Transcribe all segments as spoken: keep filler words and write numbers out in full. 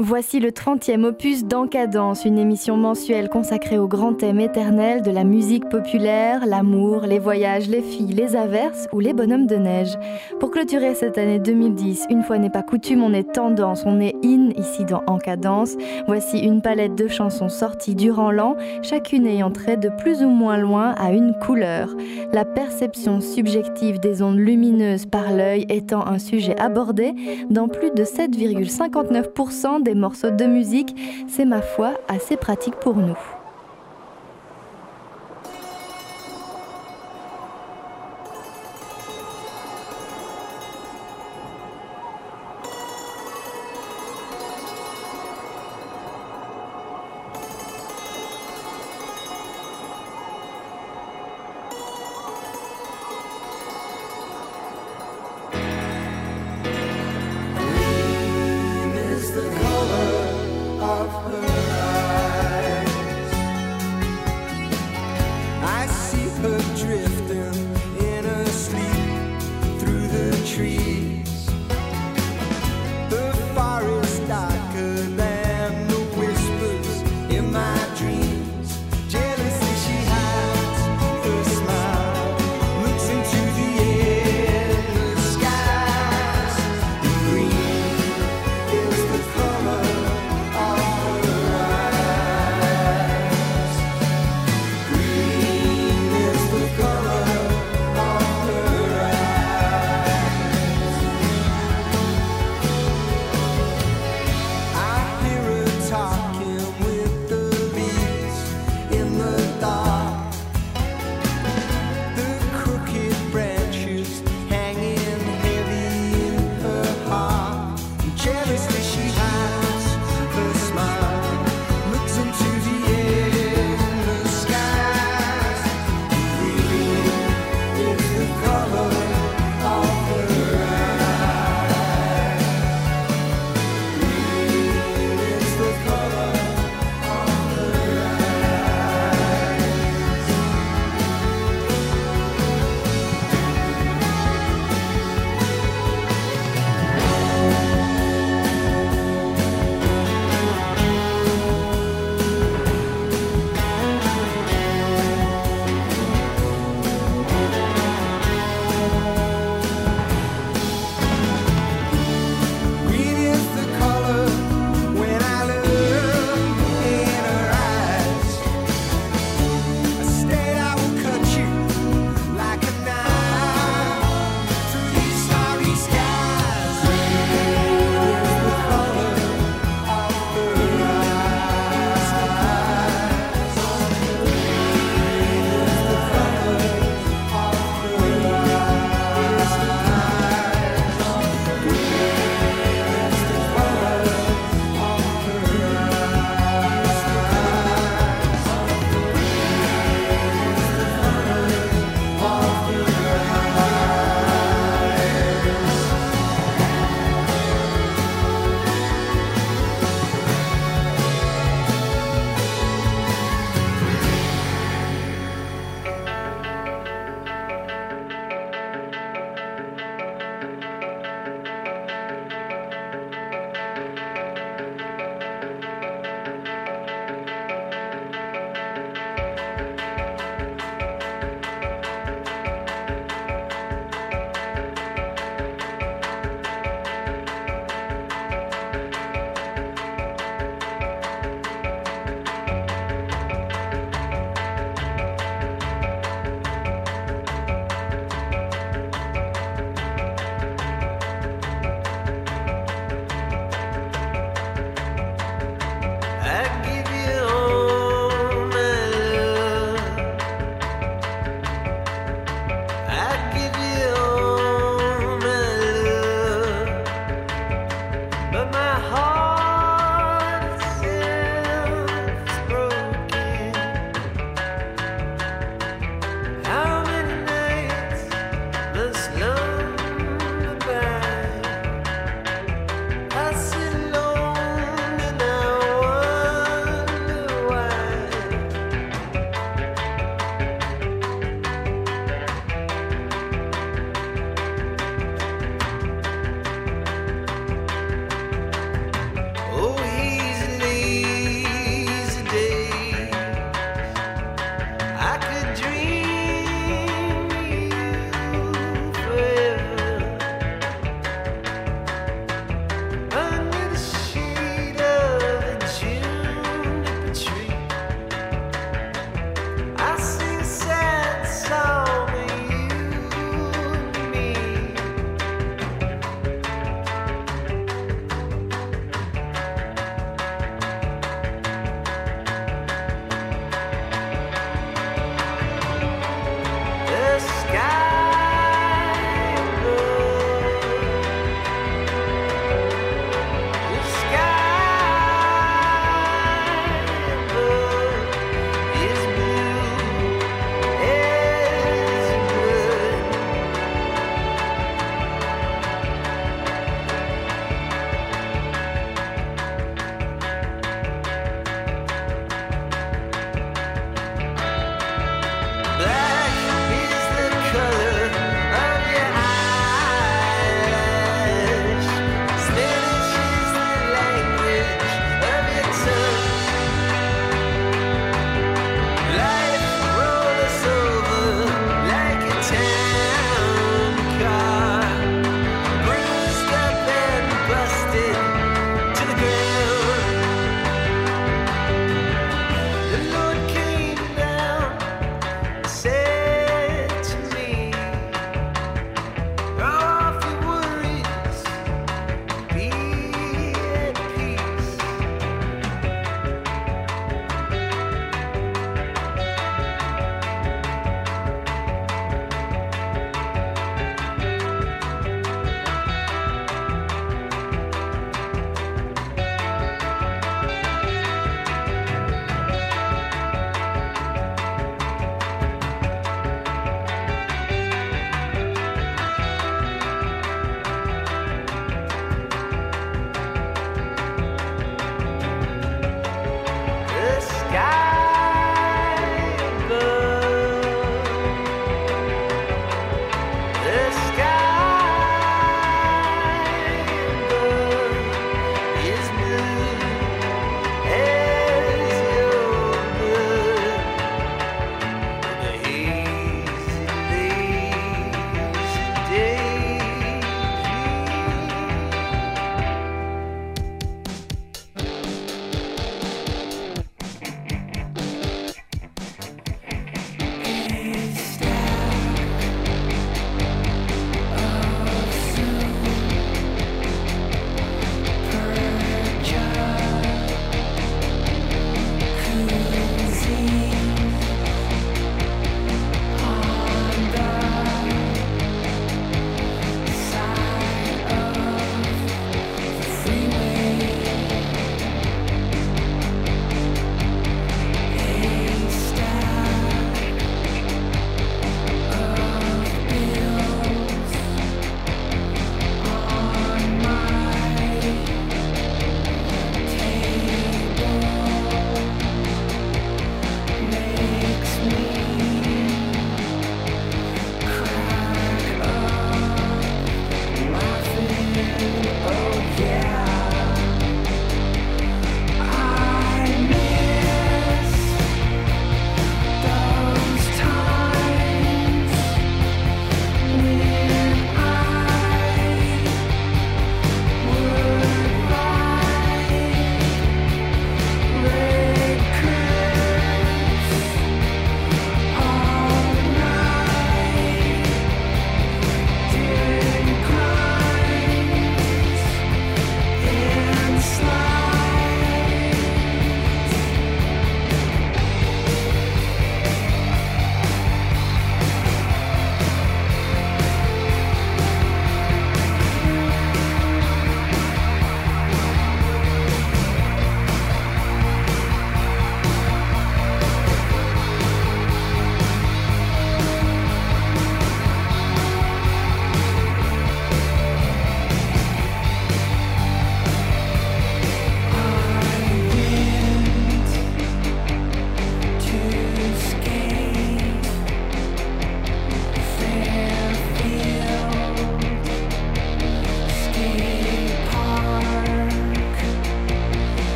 Voici le trentième opus d'Encadence, une émission mensuelle consacrée au grand thème éternel de la musique populaire, l'amour, les voyages, les filles, les averses ou les bonhommes de neige. Pour clôturer cette année deux mille dix, une fois n'est pas coutume, on est tendance, on est in ici dans Encadence. Voici une palette de chansons sorties durant l'an, chacune ayant trait de plus ou moins loin à une couleur. La perception subjective des ondes lumineuses par l'œil étant un sujet abordé dans plus de sept virgule cinquante-neuf pour cent des morceaux de musique, c'est ma foi assez pratique pour nous. Of her eyes.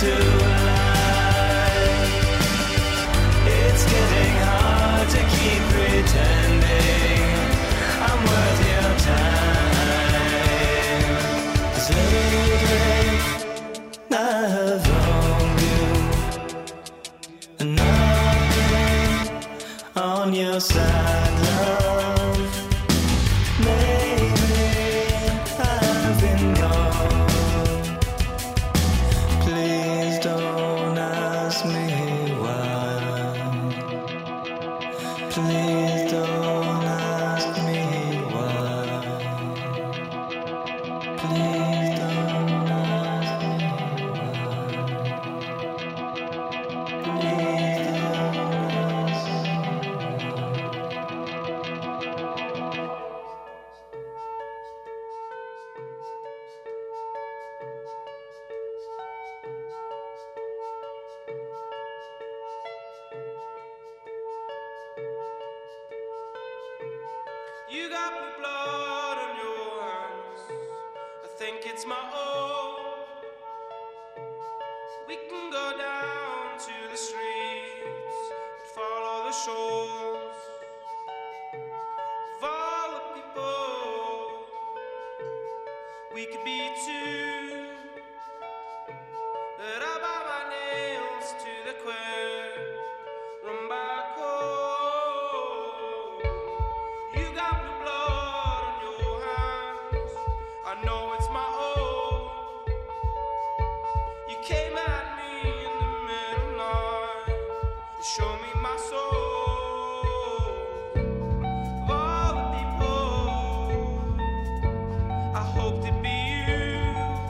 to lie. It's getting hard to keep pretending I'm worth your time. 'Cause lately I have wronged you, and nothing on your side, love. Maybe I've been gone. Please don't ask me why. Please don't ask me why. Please don't ask me why. Please don't ask me You got the blood on your hands. I think it's my own. We can go down to the streets, follow the shores of all the people. We could be two. But I buy my nails to the quick, run back home. You got the blood on your hands. I know it's my own. You came at me in the middle night to show me my soul. Of all the people, I hoped it'd be you.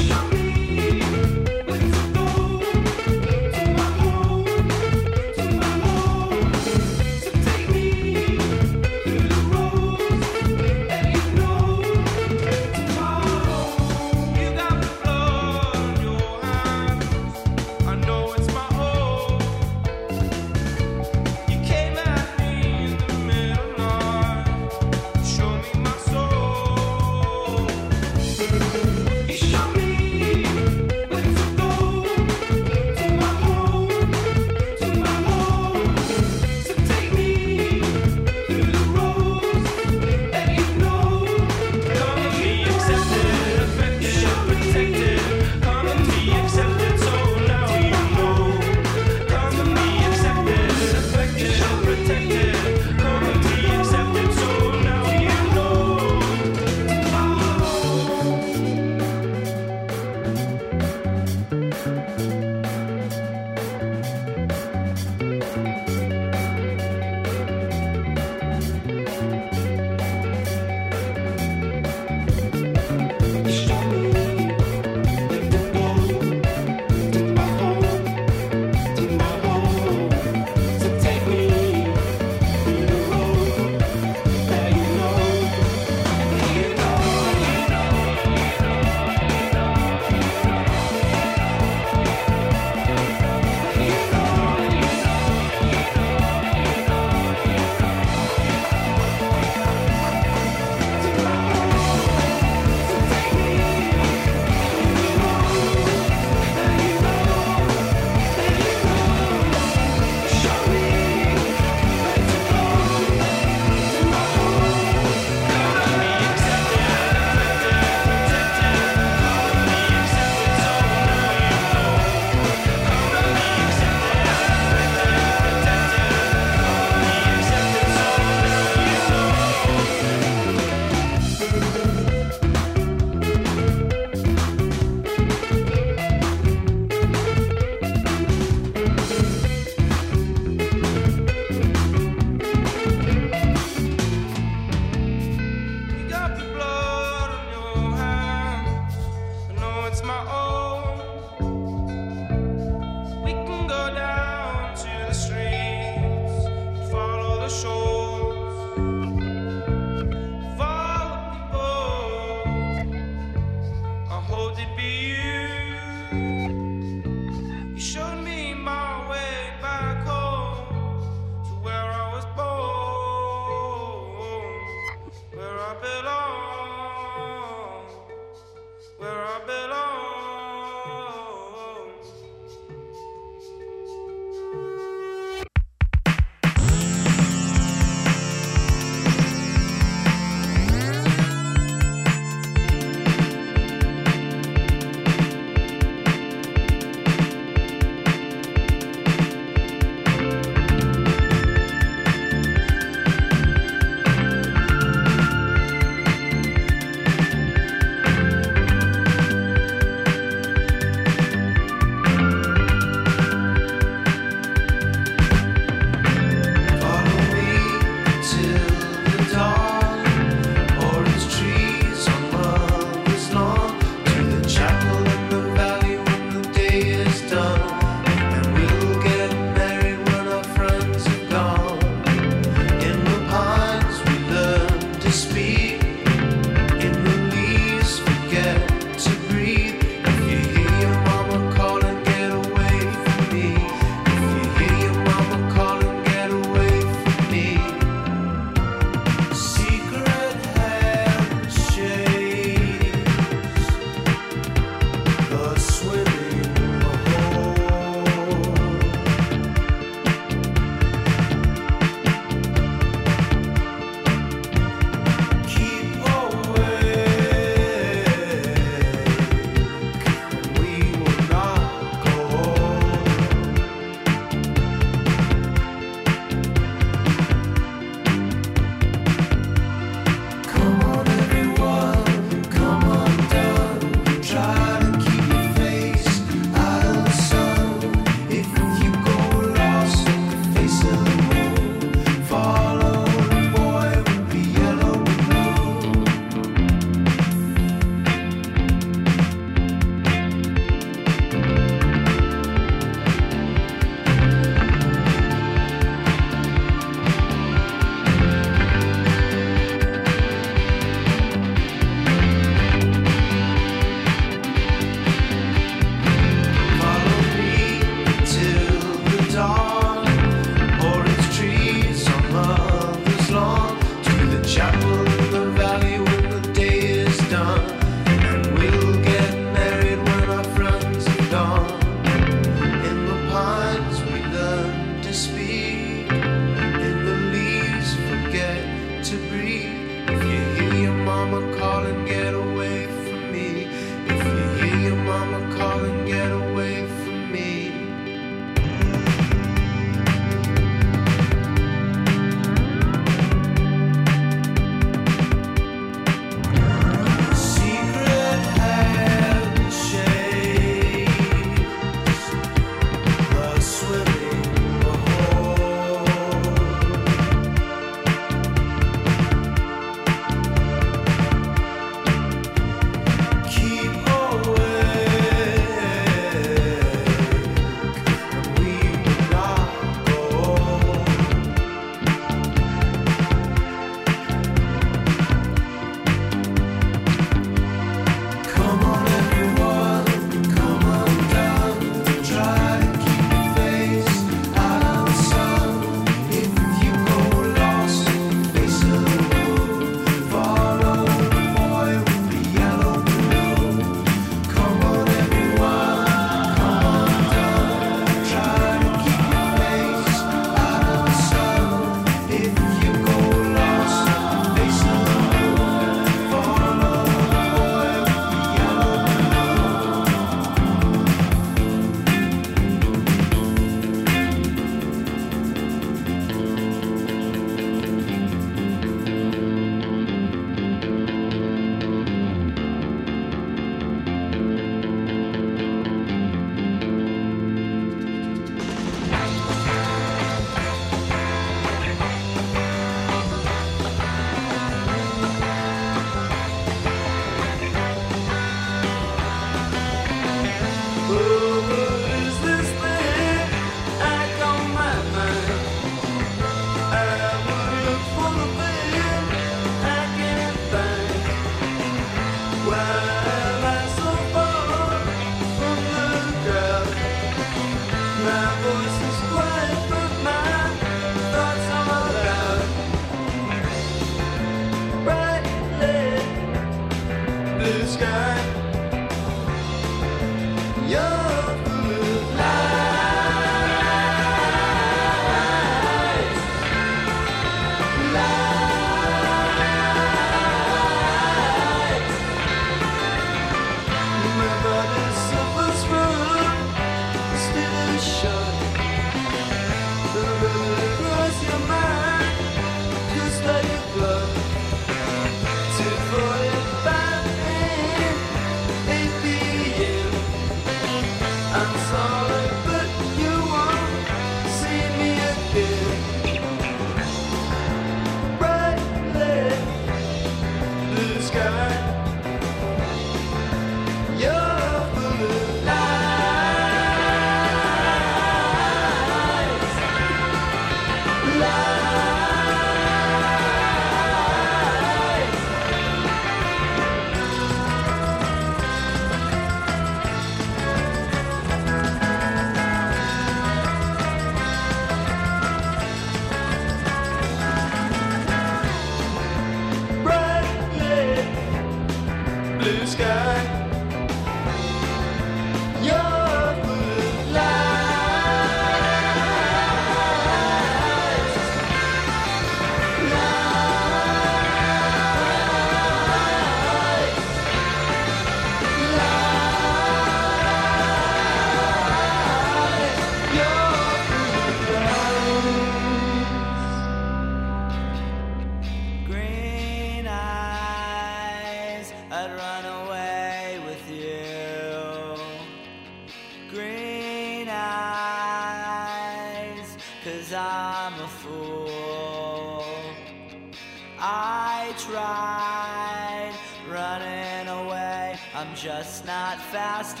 Just not fast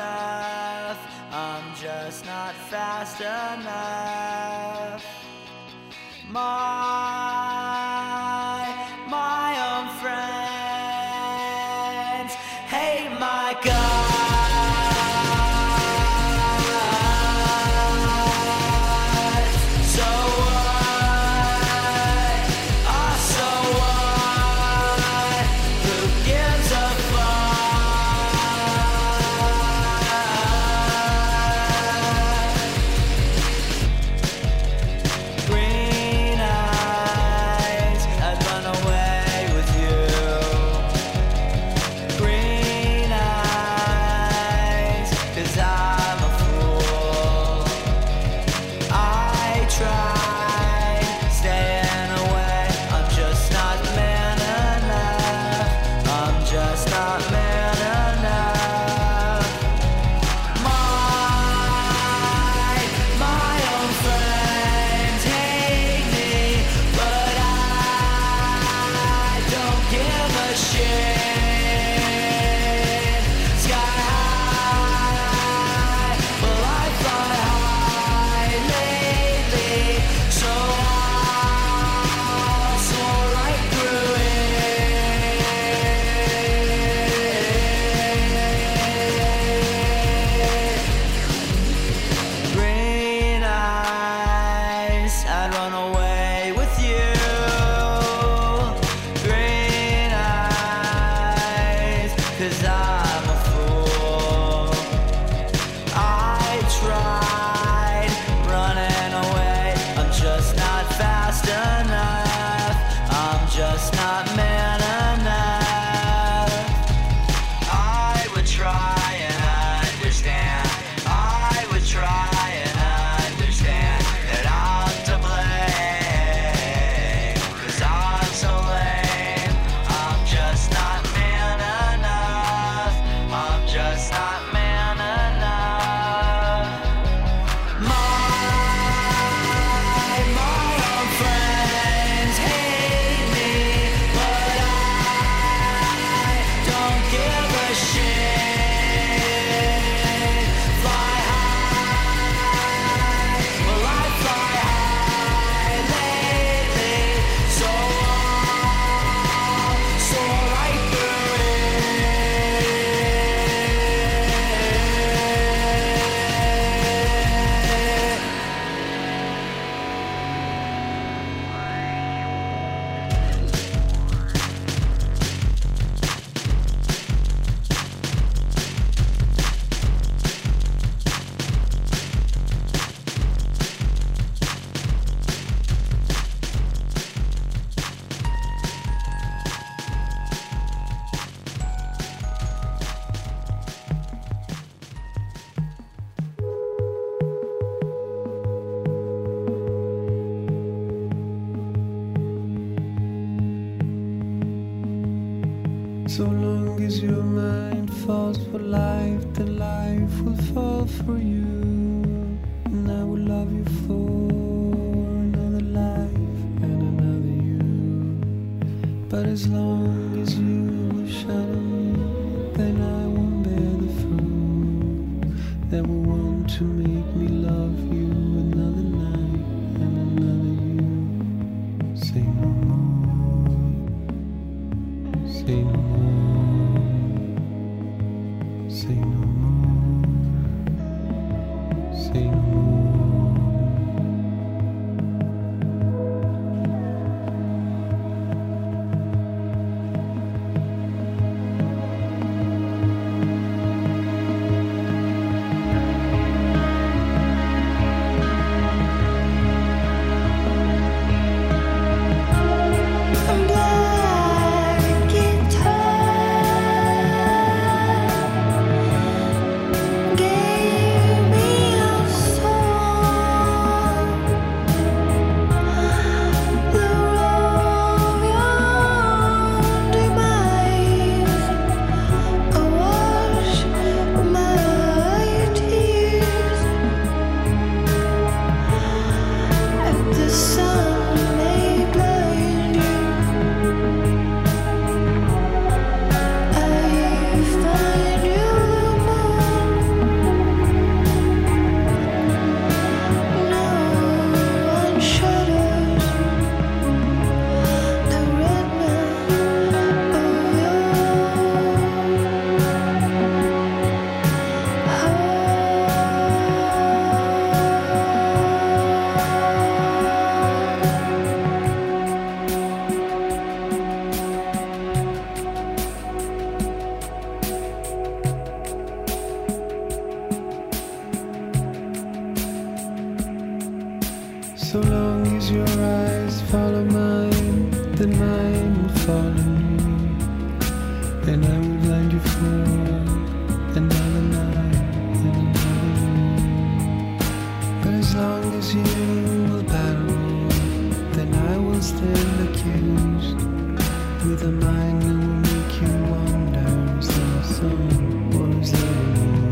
enough. I'm just not fast enough. My, my own friends hate my guts. So what? Oh, so what? Who gives a fuck? Green eyes. for life, then life will fall for you, and I will love you for another life and another you. But as long as you will shadow me, then I won't bear the fruit that will want to make me love you another night and another you. Say no more, say no more, say no more, say no more. So long as your eyes follow mine, then mine will follow me, and I will blind you for another night and another you. But as long as you will battle me, then I will stand accused with a mind that will make you wonder, is there some or is there a moon?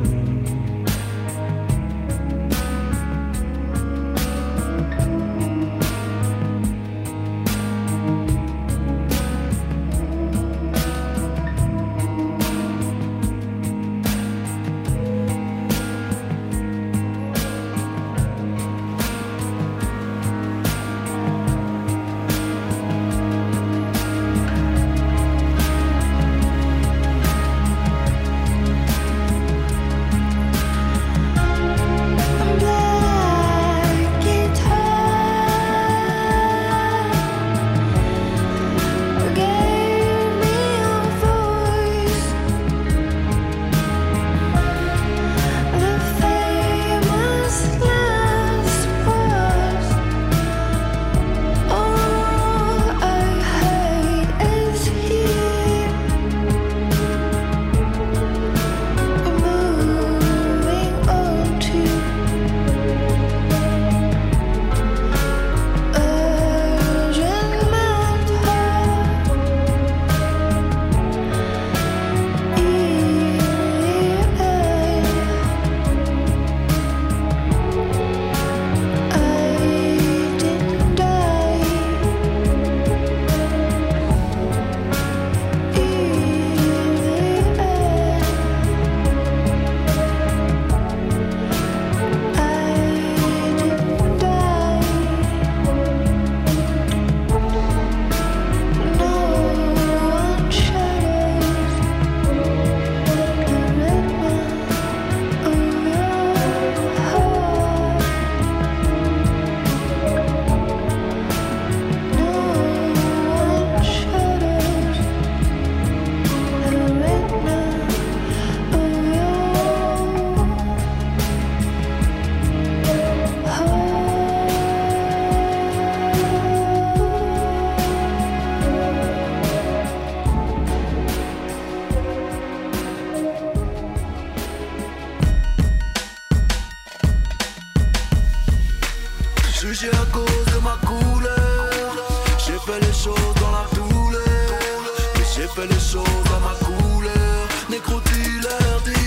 Jugé à cause de ma couleur, j'ai fait les choses dans la douleur, mais j'ai fait les choses à ma couleur. Nécro-dealer,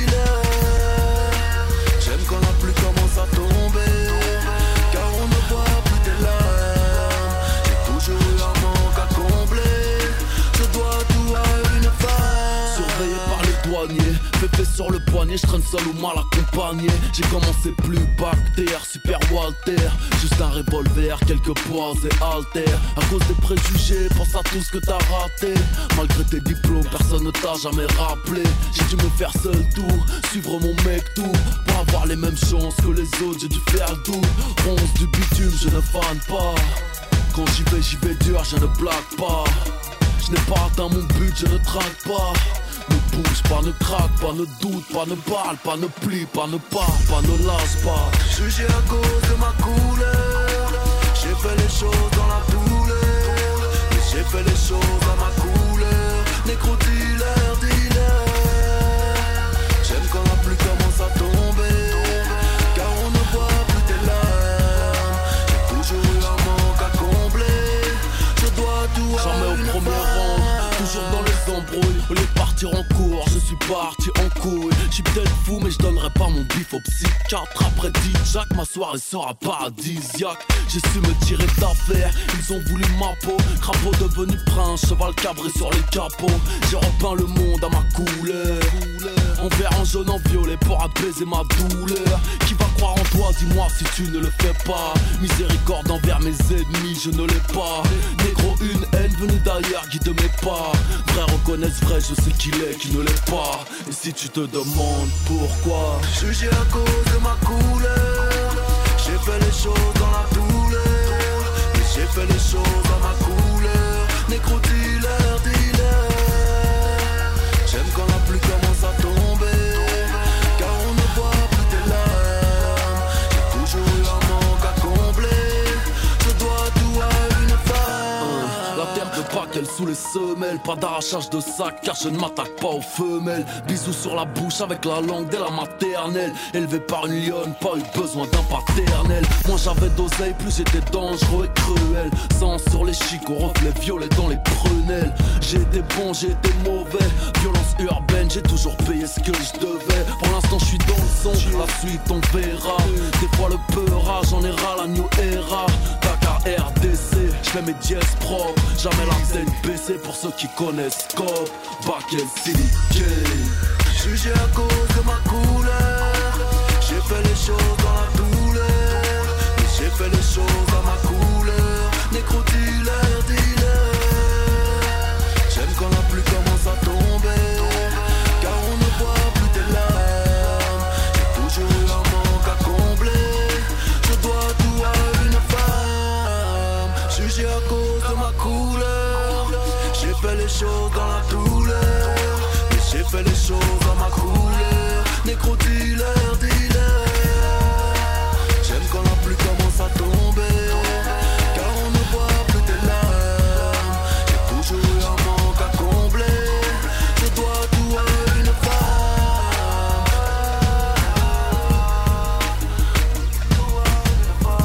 seul ou mal accompagné. J'ai commencé plus bactère, super Walter. Juste un revolver, quelques poids et haltères. À cause des préjugés, pense à tout ce que t'as raté. Malgré tes diplômes, personne ne t'a jamais rappelé. J'ai dû me faire seul tour, suivre mon mec tout. Pour avoir les mêmes chances que les autres, j'ai dû faire le tour. Ronce du bitume, je ne fane pas. Quand j'y vais, j'y vais dur, je ne blague pas. Je n'ai pas atteint mon but, je ne traque pas. Ne bouge pas, ne craque pas, ne doute pas, ne parle pas, ne plie pas, ne pars pas, ne lâche pas. Jugé à cause de ma couleur, j'ai fait les choses dans la douleur. Mais j'ai fait les choses à ma couleur. Nécro dealer, dealer. J'aime quand la pluie commence à tomber, car on ne voit plus tes larmes. J'ai toujours eu un manque à combler. Je dois tout à jamais au premier rang, toujours dans les embrouilles. Au lieu de partir en cours, je suis parti en couille. J'suis peut-être fou mais je donnerai pas mon bif au psychiatre. Après dix Jack, ma soirée sera paradisiaque. J'ai su me tirer d'affaire, ils ont voulu ma peau. Crapaud devenu prince, cheval cabré sur les capots. J'ai repeint le monde à ma couleur, en vert, en jaune, en violet pour apaiser ma douleur. Qui va croire en toi, dis-moi si tu ne le fais pas. Miséricorde envers mes ennemis, je ne l'ai pas. Négro, une haine venue d'ailleurs guide mes pas. Vrai reconnaissent vrai, je sais qu'il est, qui ne l'est pas. Et si tu te demandes pourquoi, jugé à cause de ma couleur, j'ai fait les choses dans la douleur. Mais j'ai fait les choses à ma couleur. Nécro dealer, dealer. J'aime quand la pluie commence à tomber, car on ne voit plus tes larmes. J'ai toujours eu un manque à combler. Je dois tout à une femme. La terre de pas qu'elle sous les semelles. Pas d'arrachage de sac car je ne m'attaque pas aux femelles. Bisous sur la bouche avec la langue dès la maternelle. Élevé par une lionne, pas eu besoin d'un paternel. Moins j'avais d'oseille, plus j'étais dangereux et cruel. Sang sur les chicots, reflets violets dans les prunelles. J'ai été bon, j'ai été mauvais. Violence urbaine, j'ai toujours payé ce que je devais. Pour l'instant je suis dans le son, la suite on verra. Des fois le peurage, j'en ai ras la new era. Dakar R D C, j'fais mes dièses propres. Jamais la tête baissée pour ceux qui connaissent Scope. Back L C K. Jugé à cause de ma couleur, j'ai fait les choses dans la douleur. Mais j'ai fait les choses à ma couleur. Nécro dealer, dealer. J'aime quand la pluie commence à tomber, car on ne voit plus tes larmes. J'ai toujours eu un manque à combler. Je dois tout à une femme. Jugé à cause de ma couleur, j'ai fait les choses dans la douleur. Mais j'ai fait les choses à ma couleur. Nécro dealer, dealer. J'aime quand la pluie commence à tomber, car on ne voit plus tes larmes. J'ai toujours eu un manque à combler. Je dois tout à une femme. Tout à une femme.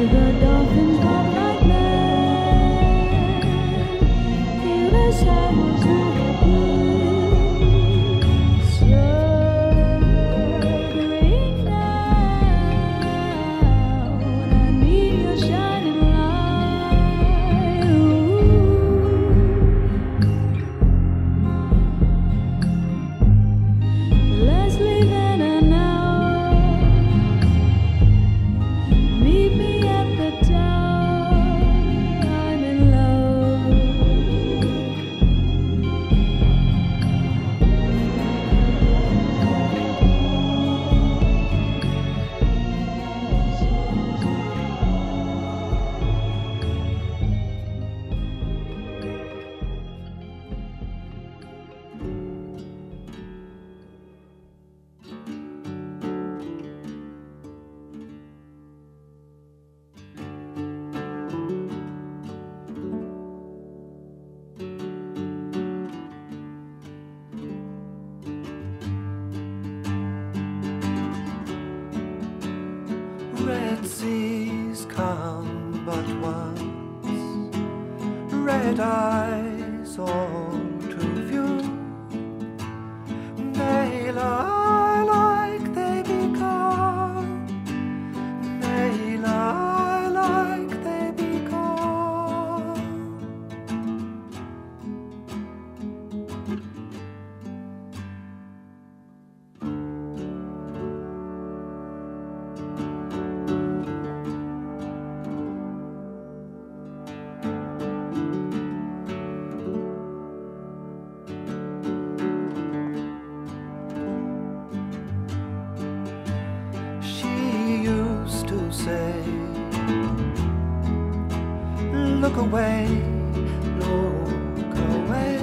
Red seas come but once, red eyes all to view. They lie like they become, they lie like they become. Say, look away, look away.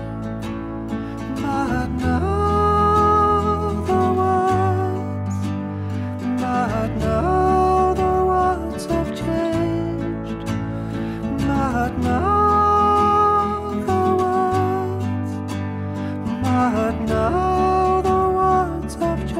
But now the words, but now the words have changed. But now the words, but now the words have changed.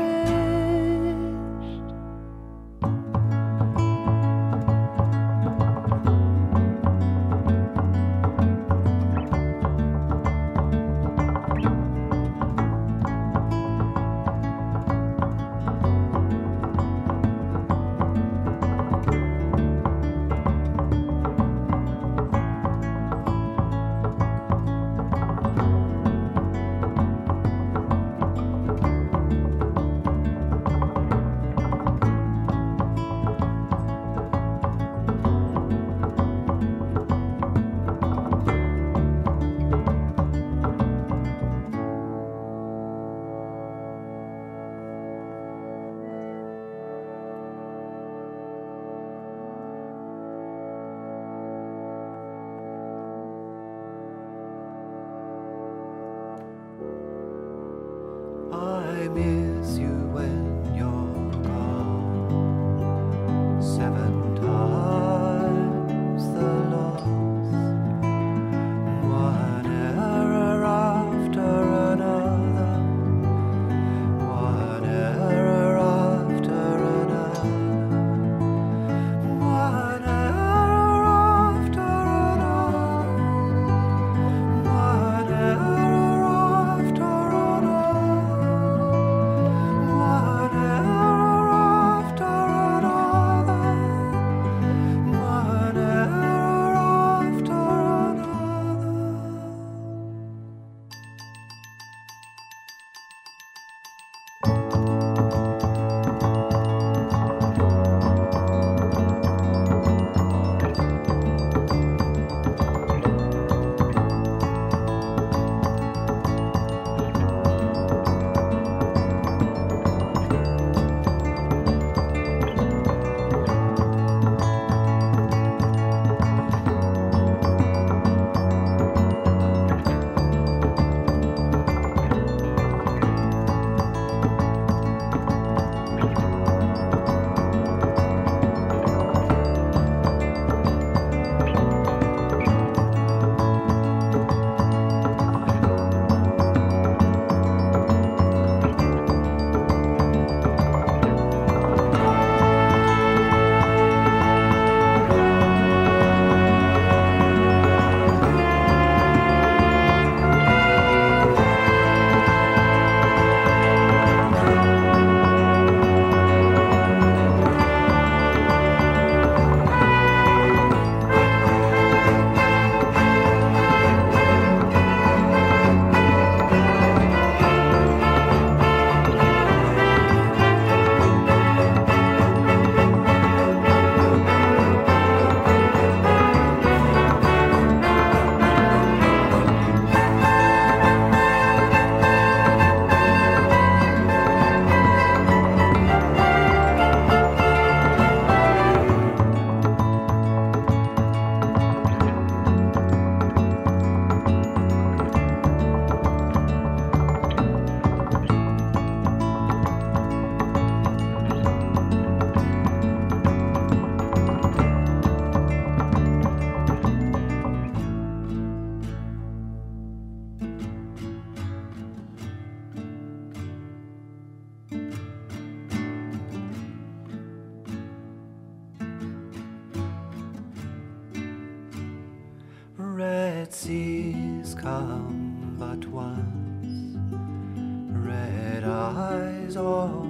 red seas come but once, red eyes all